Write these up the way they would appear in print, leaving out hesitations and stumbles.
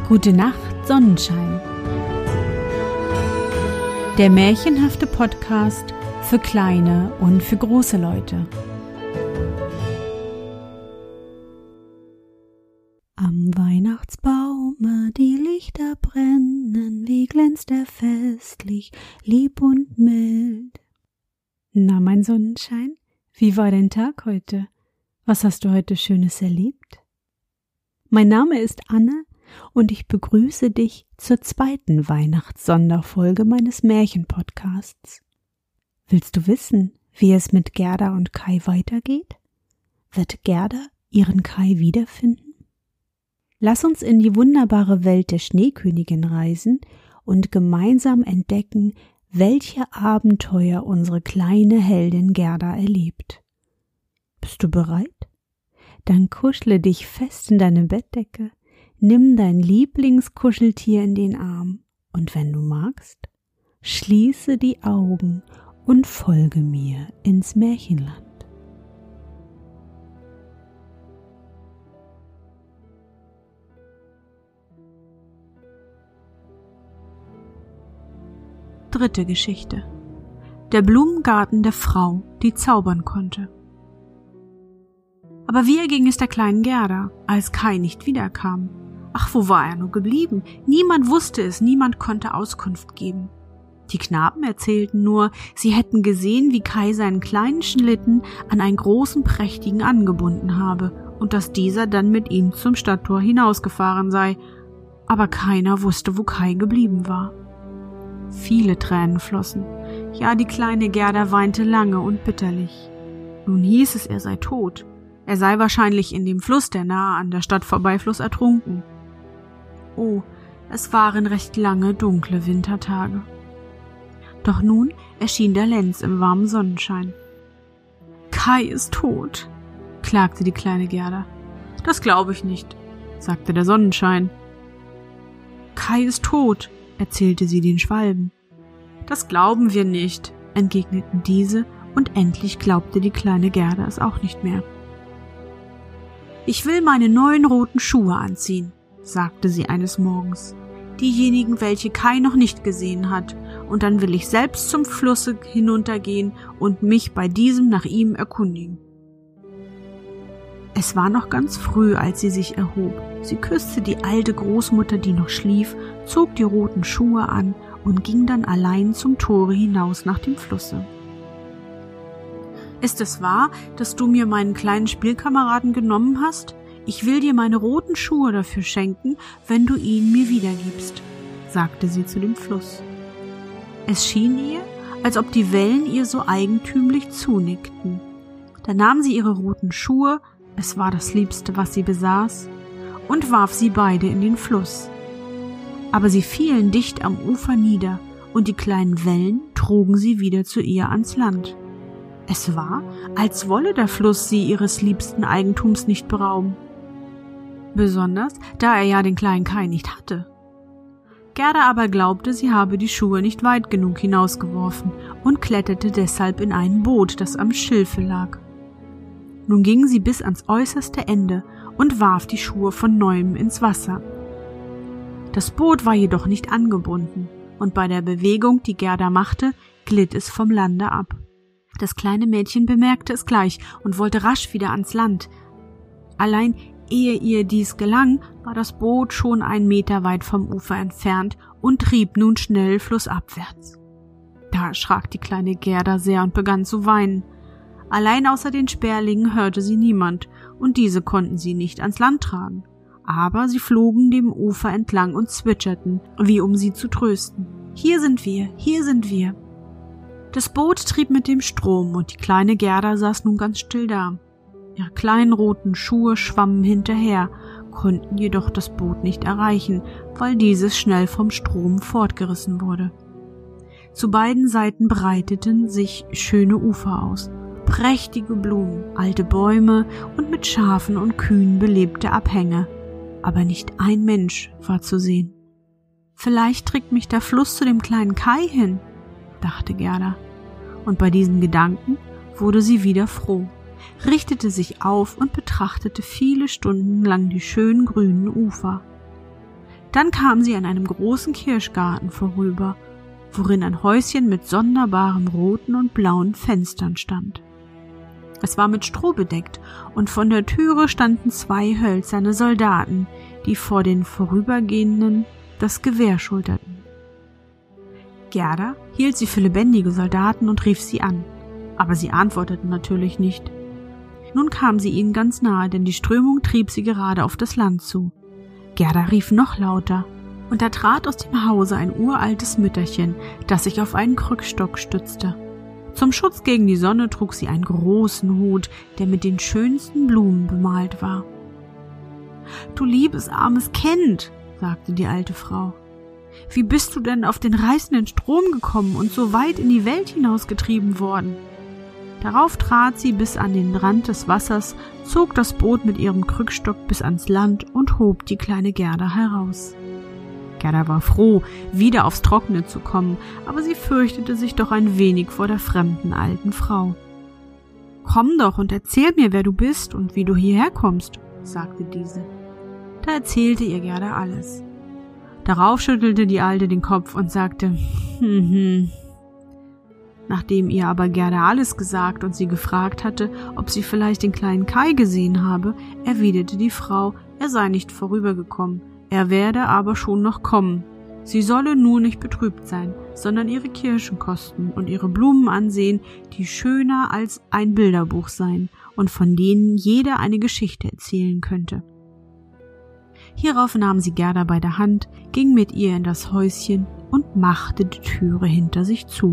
Gute Nacht, Sonnenschein. Der märchenhafte Podcast für kleine und für große Leute. Am Weihnachtsbaume die Lichter brennen, wie glänzt er festlich, lieb und mild. Na, mein Sonnenschein, wie war dein Tag heute? Was hast du heute Schönes erlebt? Mein Name ist Anne und ich begrüße dich zur zweiten Weihnachtssonderfolge meines Märchenpodcasts. Willst du wissen, wie es mit Gerda und Kai weitergeht? Wird Gerda ihren Kai wiederfinden? Lass uns in die wunderbare Welt der Schneekönigin reisen und gemeinsam entdecken, welche Abenteuer unsere kleine Heldin Gerda erlebt. Bist du bereit? Dann kuschle dich fest in deine Bettdecke, nimm dein Lieblingskuscheltier in den Arm und wenn du magst, schließe die Augen und folge mir ins Märchenland. Dritte Geschichte. Der Blumengarten der Frau, die zaubern konnte. Aber wie erging es der kleinen Gerda, als Kai nicht wiederkam? Ach, wo war er nur geblieben? Niemand wusste es, niemand konnte Auskunft geben. Die Knaben erzählten nur, sie hätten gesehen, wie Kai seinen kleinen Schlitten an einen großen, prächtigen angebunden habe und dass dieser dann mit ihm zum Stadttor hinausgefahren sei. Aber keiner wusste, wo Kai geblieben war. Viele Tränen flossen. Ja, die kleine Gerda weinte lange und bitterlich. Nun hieß es, er sei tot. Er sei wahrscheinlich in dem Fluss, der nahe an der Stadt vorbeifloss, ertrunken. Oh, es waren recht lange, dunkle Wintertage. Doch nun erschien der Lenz im warmen Sonnenschein. »Kai ist tot«, klagte die kleine Gerda. »Das glaube ich nicht«, sagte der Sonnenschein. »Kai ist tot«, erzählte sie den Schwalben. »Das glauben wir nicht«, entgegneten diese, und endlich glaubte die kleine Gerda es auch nicht mehr. »Ich will meine neuen roten Schuhe anziehen«, sagte sie eines Morgens, »diejenigen, welche Kai noch nicht gesehen hat, und dann will ich selbst zum Flusse hinuntergehen und mich bei diesem nach ihm erkundigen.« Es war noch ganz früh, als sie sich erhob. Sie küsste die alte Großmutter, die noch schlief, zog die roten Schuhe an und ging dann allein zum Tore hinaus nach dem Flusse. »Ist es wahr, dass du mir meinen kleinen Spielkameraden genommen hast? Ich will dir meine roten Schuhe dafür schenken, wenn du ihn mir wiedergibst«, sagte sie zu dem Fluss. Es schien ihr, als ob die Wellen ihr so eigentümlich zunickten. Da nahm sie ihre roten Schuhe, es war das Liebste, was sie besaß, und warf sie beide in den Fluss. Aber sie fielen dicht am Ufer nieder, und die kleinen Wellen trugen sie wieder zu ihr ans Land. Es war, als wolle der Fluss sie ihres liebsten Eigentums nicht berauben. Besonders, da er ja den kleinen Kai nicht hatte. Gerda aber glaubte, sie habe die Schuhe nicht weit genug hinausgeworfen und kletterte deshalb in ein Boot, das am Schilfe lag. Nun ging sie bis ans äußerste Ende und warf die Schuhe von neuem ins Wasser. Das Boot war jedoch nicht angebunden, und bei der Bewegung, die Gerda machte, glitt es vom Lande ab. Das kleine Mädchen bemerkte es gleich und wollte rasch wieder ans Land. Allein ehe ihr dies gelang, war das Boot schon 1 Meter weit vom Ufer entfernt und trieb nun schnell flussabwärts. Da erschrak die kleine Gerda sehr und begann zu weinen. Allein außer den Sperlingen hörte sie niemand, und diese konnten sie nicht ans Land tragen. Aber sie flogen dem Ufer entlang und zwitscherten, wie um sie zu trösten. »Hier sind wir, hier sind wir!« Das Boot trieb mit dem Strom, und die kleine Gerda saß nun ganz still da. Ihre kleinen roten Schuhe schwammen hinterher, konnten jedoch das Boot nicht erreichen, weil dieses schnell vom Strom fortgerissen wurde. Zu beiden Seiten breiteten sich schöne Ufer aus, prächtige Blumen, alte Bäume und mit Schafen und Kühen belebte Abhänge, aber nicht ein Mensch war zu sehen. »Vielleicht trägt mich der Fluss zu dem kleinen Kai hin«, dachte Gerda, und bei diesem Gedanken wurde sie wieder froh, richtete sich auf und betrachtete viele Stunden lang die schönen grünen Ufer. Dann kam sie an einem großen Kirschgarten vorüber, worin ein Häuschen mit sonderbaren roten und blauen Fenstern stand. Es war mit Stroh bedeckt, und von der Türe standen 2 hölzerne Soldaten, die vor den Vorübergehenden das Gewehr schulterten. Gerda hielt sie für lebendige Soldaten und rief sie an, aber sie antworteten natürlich nicht. Nun kam sie ihnen ganz nahe, denn die Strömung trieb sie gerade auf das Land zu. Gerda rief noch lauter, und da trat aus dem Hause ein uraltes Mütterchen, das sich auf einen Krückstock stützte. Zum Schutz gegen die Sonne trug sie einen großen Hut, der mit den schönsten Blumen bemalt war. »Du liebes, armes Kind«, sagte die alte Frau, »wie bist du denn auf den reißenden Strom gekommen und so weit in die Welt hinausgetrieben worden?« Darauf trat sie bis an den Rand des Wassers, zog das Boot mit ihrem Krückstock bis ans Land und hob die kleine Gerda heraus. Gerda war froh, wieder aufs Trockene zu kommen, aber sie fürchtete sich doch ein wenig vor der fremden alten Frau. »Komm doch und erzähl mir, wer du bist und wie du hierher kommst«, sagte diese. Da erzählte ihr Gerda alles. Darauf schüttelte die Alte den Kopf und sagte, Nachdem ihr aber Gerda alles gesagt und sie gefragt hatte, ob sie vielleicht den kleinen Kai gesehen habe, erwiderte die Frau, er sei nicht vorübergekommen, er werde aber schon noch kommen. Sie solle nur nicht betrübt sein, sondern ihre Kirschen kosten und ihre Blumen ansehen, die schöner als ein Bilderbuch seien und von denen jeder eine Geschichte erzählen könnte. Hierauf nahm sie Gerda bei der Hand, ging mit ihr in das Häuschen und machte die Türe hinter sich zu.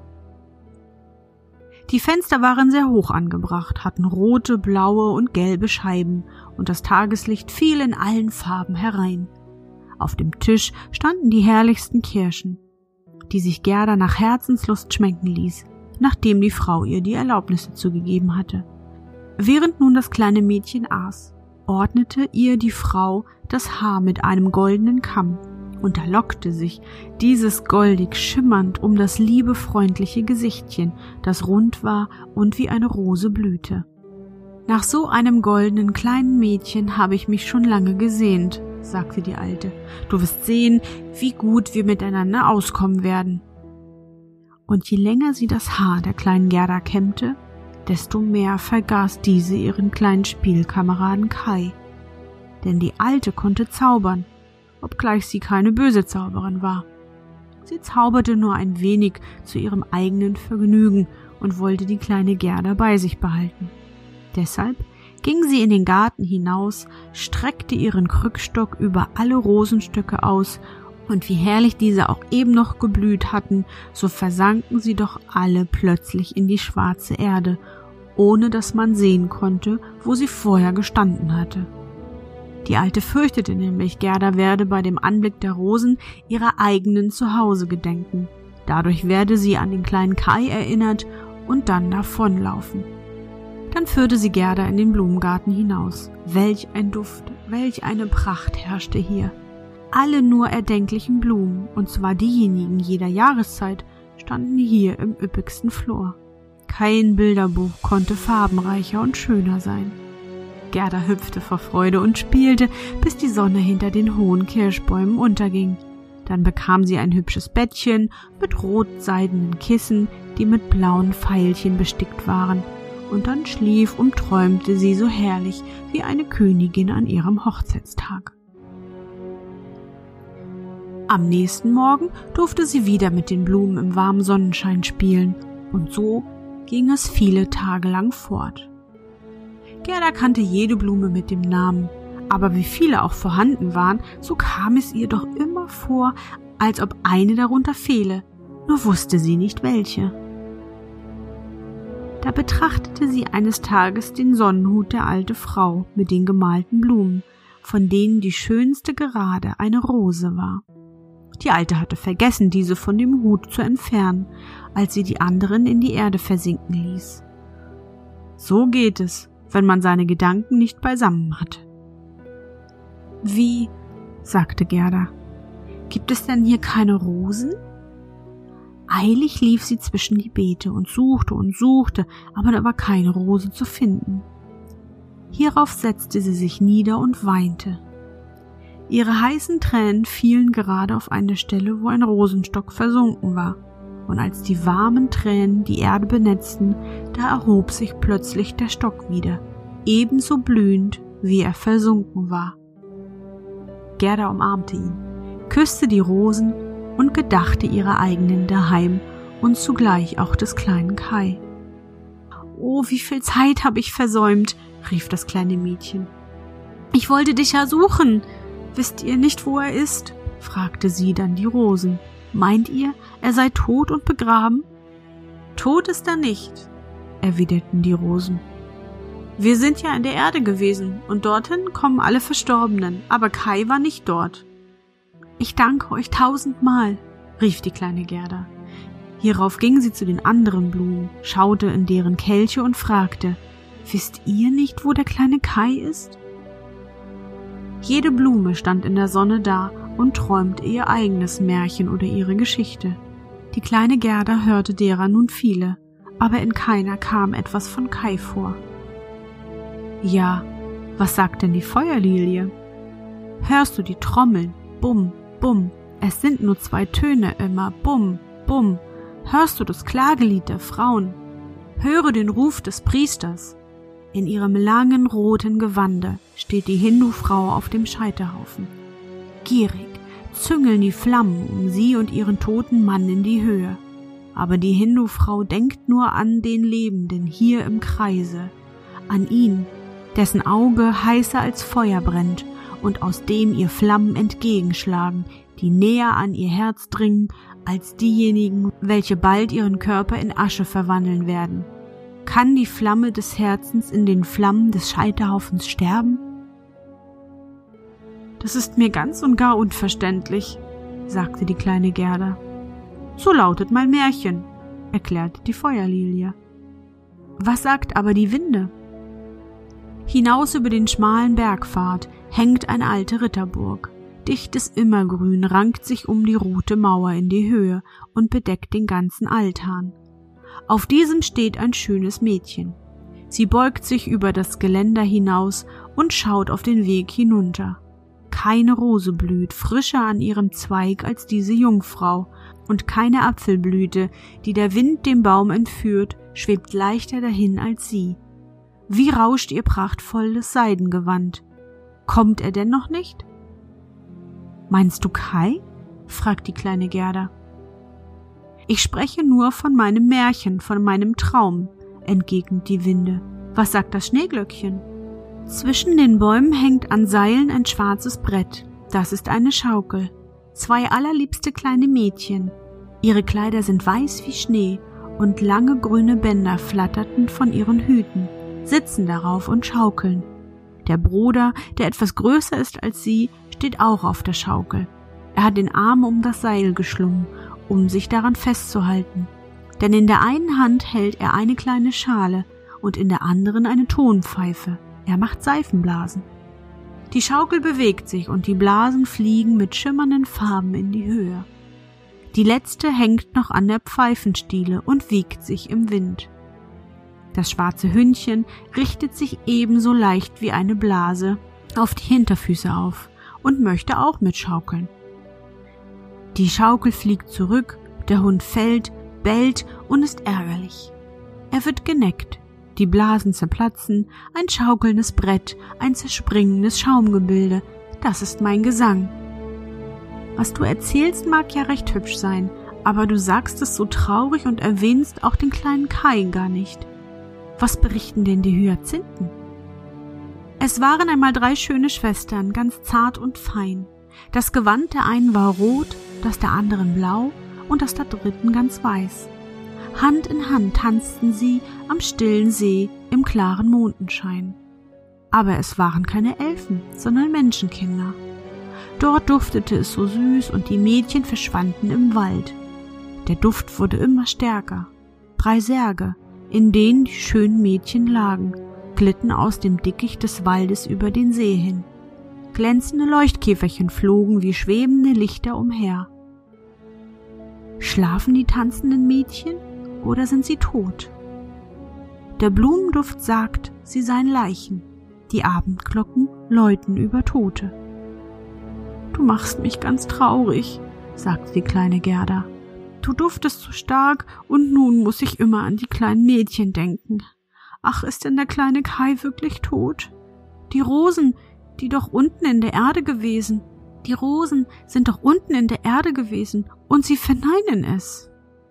Die Fenster waren sehr hoch angebracht, hatten rote, blaue und gelbe Scheiben, und das Tageslicht fiel in allen Farben herein. Auf dem Tisch standen die herrlichsten Kirschen, die sich Gerda nach Herzenslust schmecken ließ, nachdem die Frau ihr die Erlaubnis dazu gegeben hatte. Während nun das kleine Mädchen aß, ordnete ihr die Frau das Haar mit einem goldenen Kamm, und da lockte sich dieses goldig schimmernd um das liebe, freundliche Gesichtchen, das rund war und wie eine Rose blühte. »Nach so einem goldenen kleinen Mädchen habe ich mich schon lange gesehnt«, sagte die Alte. »Du wirst sehen, wie gut wir miteinander auskommen werden.« Und je länger sie das Haar der kleinen Gerda kämmte, desto mehr vergaß diese ihren kleinen Spielkameraden Kai. Denn die Alte konnte zaubern, obgleich sie keine böse Zauberin war. Sie zauberte nur ein wenig zu ihrem eigenen Vergnügen und wollte die kleine Gerda bei sich behalten. Deshalb ging sie in den Garten hinaus, streckte ihren Krückstock über alle Rosenstöcke aus, und wie herrlich diese auch eben noch geblüht hatten, so versanken sie doch alle plötzlich in die schwarze Erde, ohne dass man sehen konnte, wo sie vorher gestanden hatte. Die Alte fürchtete nämlich, Gerda werde bei dem Anblick der Rosen ihrer eigenen Zuhause gedenken. Dadurch werde sie an den kleinen Kai erinnert und dann davonlaufen. Dann führte sie Gerda in den Blumengarten hinaus. Welch ein Duft, welch eine Pracht herrschte hier. Alle nur erdenklichen Blumen, und zwar diejenigen jeder Jahreszeit, standen hier im üppigsten Flor. Kein Bilderbuch konnte farbenreicher und schöner sein. Gerda hüpfte vor Freude und spielte, bis die Sonne hinter den hohen Kirschbäumen unterging. Dann bekam sie ein hübsches Bettchen mit rotseidenen Kissen, die mit blauen Veilchen bestickt waren, und dann schlief und träumte sie so herrlich wie eine Königin an ihrem Hochzeitstag. Am nächsten Morgen durfte sie wieder mit den Blumen im warmen Sonnenschein spielen, und so ging es viele Tage lang fort. Gerda kannte jede Blume mit dem Namen, aber wie viele auch vorhanden waren, so kam es ihr doch immer vor, als ob eine darunter fehle, nur wusste sie nicht welche. Da betrachtete sie eines Tages den Sonnenhut der alten Frau mit den gemalten Blumen, von denen die schönste gerade eine Rose war. Die Alte hatte vergessen, diese von dem Hut zu entfernen, als sie die anderen in die Erde versinken ließ. So geht es, wenn man seine Gedanken nicht beisammen hat. »Wie«, sagte Gerda, »gibt es denn hier keine Rosen?« Eilig lief sie zwischen die Beete und suchte, aber da war keine Rose zu finden. Hierauf setzte sie sich nieder und weinte. Ihre heißen Tränen fielen gerade auf eine Stelle, wo ein Rosenstock versunken war. Und als die warmen Tränen die Erde benetzten, da erhob sich plötzlich der Stock wieder, ebenso blühend, wie er versunken war. Gerda umarmte ihn, küsste die Rosen und gedachte ihrer eigenen daheim und zugleich auch des kleinen Kai. »Oh, wie viel Zeit habe ich versäumt«, rief das kleine Mädchen. »Ich wollte dich ja suchen. Wisst ihr nicht, wo er ist?« fragte sie dann die Rosen. »Meint ihr, er sei tot und begraben?« »Tot ist er nicht«, erwiderten die Rosen. »Wir sind ja in der Erde gewesen, und dorthin kommen alle Verstorbenen, aber Kai war nicht dort.« »Ich danke euch 1000-mal«, rief die kleine Gerda. Hierauf ging sie zu den anderen Blumen, schaute in deren Kelche und fragte, »Wisst ihr nicht, wo der kleine Kai ist?« Jede Blume stand in der Sonne da und träumte ihr eigenes Märchen oder ihre Geschichte. Die kleine Gerda hörte derer nun viele, aber in keiner kam etwas von Kai vor. »Ja, was sagt denn die Feuerlilie? Hörst du die Trommeln? Bumm, bumm, es sind nur 2 Töne immer, bumm, bumm. Hörst du das Klagelied der Frauen? Höre den Ruf des Priesters. In ihrem langen roten Gewande steht die Hindu-Frau auf dem Scheiterhaufen. Gierig züngeln die Flammen um sie und ihren toten Mann in die Höhe. Aber die Hindu-Frau denkt nur an den Lebenden hier im Kreise, an ihn, dessen Auge heißer als Feuer brennt und aus dem ihr Flammen entgegenschlagen, die näher an ihr Herz dringen als diejenigen, welche bald ihren Körper in Asche verwandeln werden. Kann die Flamme des Herzens in den Flammen des Scheiterhaufens sterben? »Das ist mir ganz und gar unverständlich«, sagte die kleine Gerda. »So lautet mein Märchen«, erklärte die Feuerlilie. »Was sagt aber die Winde?« Hinaus über den schmalen Bergpfad hängt eine alte Ritterburg. Dichtes Immergrün rankt sich um die rote Mauer in die Höhe und bedeckt den ganzen Altan. Auf diesem steht ein schönes Mädchen. Sie beugt sich über das Geländer hinaus und schaut auf den Weg hinunter. Keine Rose blüht frischer an ihrem Zweig als diese Jungfrau, und keine Apfelblüte, die der Wind dem Baum entführt, schwebt leichter dahin als sie. Wie rauscht ihr prachtvolles Seidengewand. Kommt er denn noch nicht? »Meinst du Kai?« fragt die kleine Gerda. »Ich spreche nur von meinem Märchen, von meinem Traum«, entgegnet die Winde. »Was sagt das Schneeglöckchen?« Zwischen den Bäumen hängt an Seilen ein schwarzes Brett. Das ist eine Schaukel. 2 allerliebste kleine Mädchen. Ihre Kleider sind weiß wie Schnee und lange grüne Bänder flatterten von ihren Hüten, sitzen darauf und schaukeln. Der Bruder, der etwas größer ist als sie, steht auch auf der Schaukel. Er hat den Arm um das Seil geschlungen, um sich daran festzuhalten. Denn in der einen Hand hält er eine kleine Schale und in der anderen eine Tonpfeife. Er macht Seifenblasen. Die Schaukel bewegt sich und die Blasen fliegen mit schimmernden Farben in die Höhe. Die letzte hängt noch an der Pfeifenstiele und wiegt sich im Wind. Das schwarze Hündchen richtet sich ebenso leicht wie eine Blase auf die Hinterfüße auf und möchte auch mitschaukeln. Die Schaukel fliegt zurück, der Hund fällt, bellt und ist ärgerlich. Er wird geneckt, die Blasen zerplatzen, ein schaukelndes Brett, ein zerspringendes Schaumgebilde, das ist mein Gesang. Was du erzählst, mag ja recht hübsch sein, aber du sagst es so traurig und erwähnst auch den kleinen Kai gar nicht. Was berichten denn die Hyazinthen? Es waren einmal 3 schöne Schwestern, ganz zart und fein. Das Gewand der einen war rot, das der anderen blau und das der dritten ganz weiß. Hand in Hand tanzten sie am stillen See im klaren Mondenschein. Aber es waren keine Elfen, sondern Menschenkinder. Dort duftete es so süß und die Mädchen verschwanden im Wald. Der Duft wurde immer stärker. 3 Särge, in denen die schönen Mädchen lagen, glitten aus dem Dickicht des Waldes über den See hin. Glänzende Leuchtkäferchen flogen wie schwebende Lichter umher. Schlafen die tanzenden Mädchen oder sind sie tot? Der Blumenduft sagt, sie seien Leichen. Die Abendglocken läuten über Tote. Du machst mich ganz traurig, sagte die kleine Gerda. Du duftest so stark und nun muss ich immer an die kleinen Mädchen denken. Ach, ist denn der kleine Kai wirklich tot? Die Rosen, die doch unten in der Erde gewesen. Die Rosen sind doch unten in der Erde gewesen und sie verneinen es.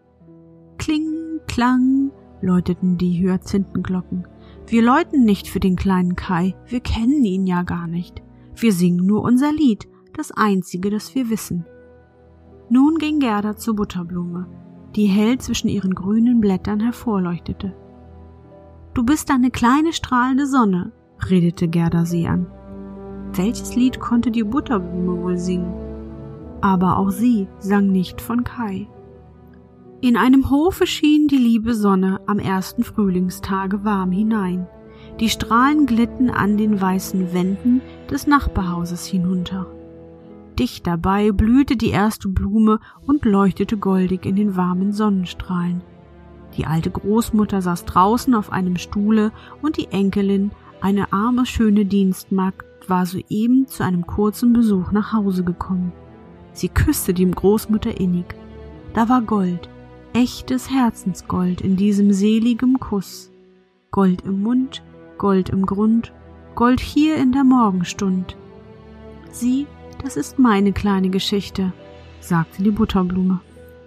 Kling, klang, läuteten die Hyazinthenglocken. Wir läuten nicht für den kleinen Kai, wir kennen ihn ja gar nicht. Wir singen nur unser Lied, das einzige, das wir wissen. Nun ging Gerda zur Butterblume, die hell zwischen ihren grünen Blättern hervorleuchtete. »Du bist eine kleine strahlende Sonne«, redete Gerda sie an. Welches Lied konnte die Butterblume wohl singen? Aber auch sie sang nicht von Kai. In einem Hofe schien die liebe Sonne am ersten Frühlingstage warm hinein. Die Strahlen glitten an den weißen Wänden des Nachbarhauses hinunter. Dicht dabei blühte die erste Blume und leuchtete goldig in den warmen Sonnenstrahlen. Die alte Großmutter saß draußen auf einem Stuhle und die Enkelin, eine arme, schöne Dienstmagd, war soeben zu einem kurzen Besuch nach Hause gekommen. Sie küsste die Großmutter innig. Da war Gold, echtes Herzensgold in diesem seligen Kuss. Gold im Mund, Gold im Grund, Gold hier in der Morgenstund. Sieh, das ist meine kleine Geschichte, sagte die Butterblume.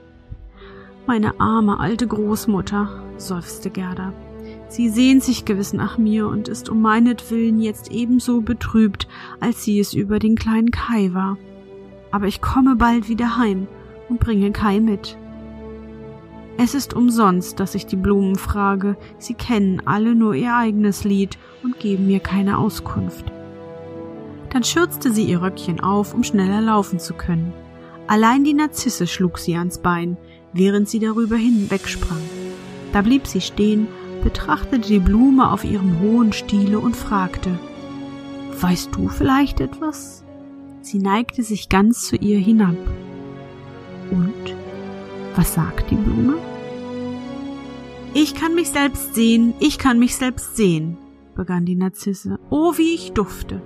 Meine arme alte Großmutter, seufzte Gerda. Sie sehnt sich gewiss nach mir und ist um meinetwillen jetzt ebenso betrübt, als sie es über den kleinen Kai war. Aber ich komme bald wieder heim und bringe Kai mit. Es ist umsonst, dass ich die Blumen frage, sie kennen alle nur ihr eigenes Lied und geben mir keine Auskunft. Dann schürzte sie ihr Röckchen auf, um schneller laufen zu können. Allein die Narzisse schlug sie ans Bein, während sie darüber hinwegsprang. Da blieb sie stehen, betrachtete die Blume auf ihrem hohen Stiele und fragte: »Weißt du vielleicht etwas?« Sie neigte sich ganz zu ihr hinab. »Und? Was sagt die Blume?« »Ich kann mich selbst sehen, ich kann mich selbst sehen«, begann die Narzisse. »Oh, wie ich dufte!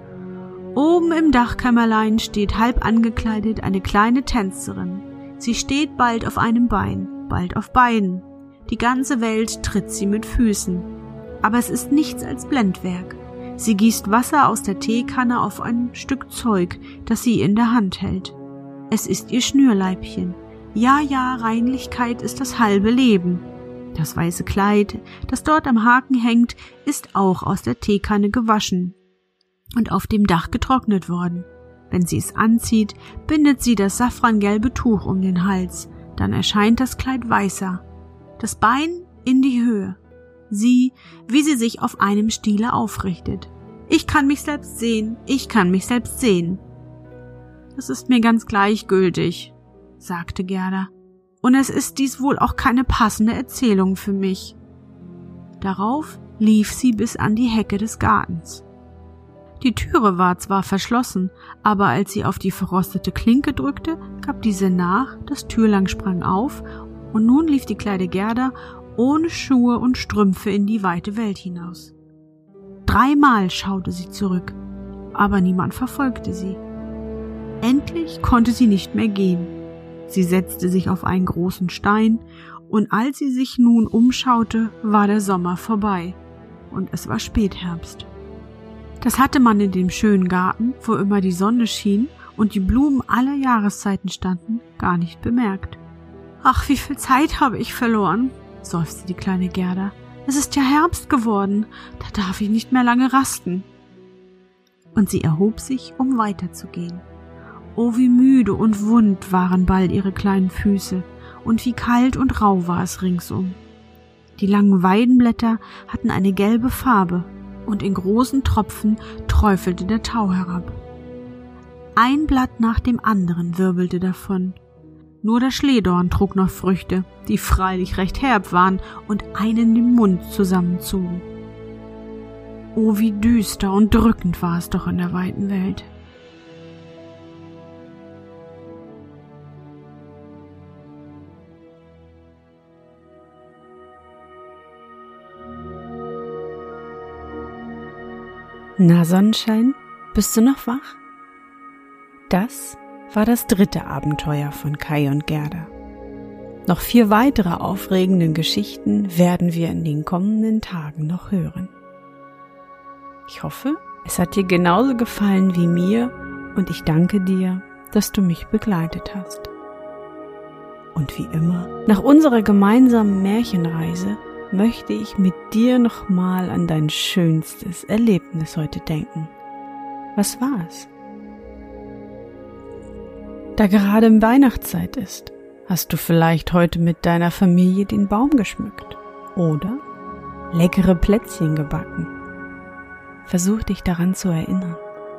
Oben im Dachkämmerlein steht halb angekleidet eine kleine Tänzerin. Sie steht bald auf einem Bein, bald auf beiden. Die ganze Welt tritt sie mit Füßen. Aber es ist nichts als Blendwerk. Sie gießt Wasser aus der Teekanne auf ein Stück Zeug, das sie in der Hand hält. Es ist ihr Schnürleibchen. Ja, ja, Reinlichkeit ist das halbe Leben. Das weiße Kleid, das dort am Haken hängt, ist auch aus der Teekanne gewaschen und auf dem Dach getrocknet worden. Wenn sie es anzieht, bindet sie das safrangelbe Tuch um den Hals, dann erscheint das Kleid weißer. Das Bein in die Höhe. Sieh, wie sie sich auf einem Stiele aufrichtet. Ich kann mich selbst sehen, ich kann mich selbst sehen. Das ist mir ganz gleichgültig, sagte Gerda. Und es ist dies wohl auch keine passende Erzählung für mich. Darauf lief sie bis an die Hecke des Gartens. Die Türe war zwar verschlossen, aber als sie auf die verrostete Klinke drückte, gab diese nach, das Türlang sprang auf, und nun lief die kleine Gerda ohne Schuhe und Strümpfe in die weite Welt hinaus. 3-mal schaute sie zurück, aber niemand verfolgte sie. Endlich konnte sie nicht mehr gehen. Sie setzte sich auf einen großen Stein, und als sie sich nun umschaute, war der Sommer vorbei, und es war Spätherbst. Das hatte man in dem schönen Garten, wo immer die Sonne schien und die Blumen aller Jahreszeiten standen, gar nicht bemerkt. »Ach, wie viel Zeit habe ich verloren«, seufzte die kleine Gerda. »Es ist ja Herbst geworden, da darf ich nicht mehr lange rasten.« Und sie erhob sich, um weiterzugehen. Oh, wie müde und wund waren bald ihre kleinen Füße, und wie kalt und rau war es ringsum. Die langen Weidenblätter hatten eine gelbe Farbe, und in großen Tropfen träufelte der Tau herab. Ein Blatt nach dem anderen wirbelte davon. Nur der Schlehdorn trug noch Früchte, die freilich recht herb waren und einen den Mund zusammenzogen. Oh, wie düster und drückend war es doch in der weiten Welt. Na, Sonnenschein, bist du noch wach? Das war das 3. Abenteuer von Kai und Gerda. Noch 4 weitere aufregende Geschichten werden wir in den kommenden Tagen noch hören. Ich hoffe, es hat dir genauso gefallen wie mir und ich danke dir, dass du mich begleitet hast. Und wie immer, nach unserer gemeinsamen Märchenreise möchte ich mit dir nochmal an dein schönstes Erlebnis heute denken. Was war es? Da gerade Weihnachtszeit ist, hast du vielleicht heute mit deiner Familie den Baum geschmückt oder leckere Plätzchen gebacken. Versuch dich daran zu erinnern.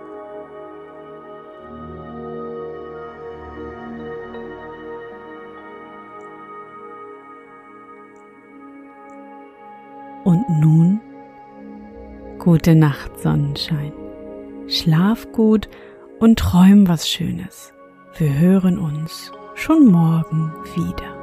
Und nun, gute Nacht, Sonnenschein. Schlaf gut und träum was Schönes. Wir hören uns schon morgen wieder.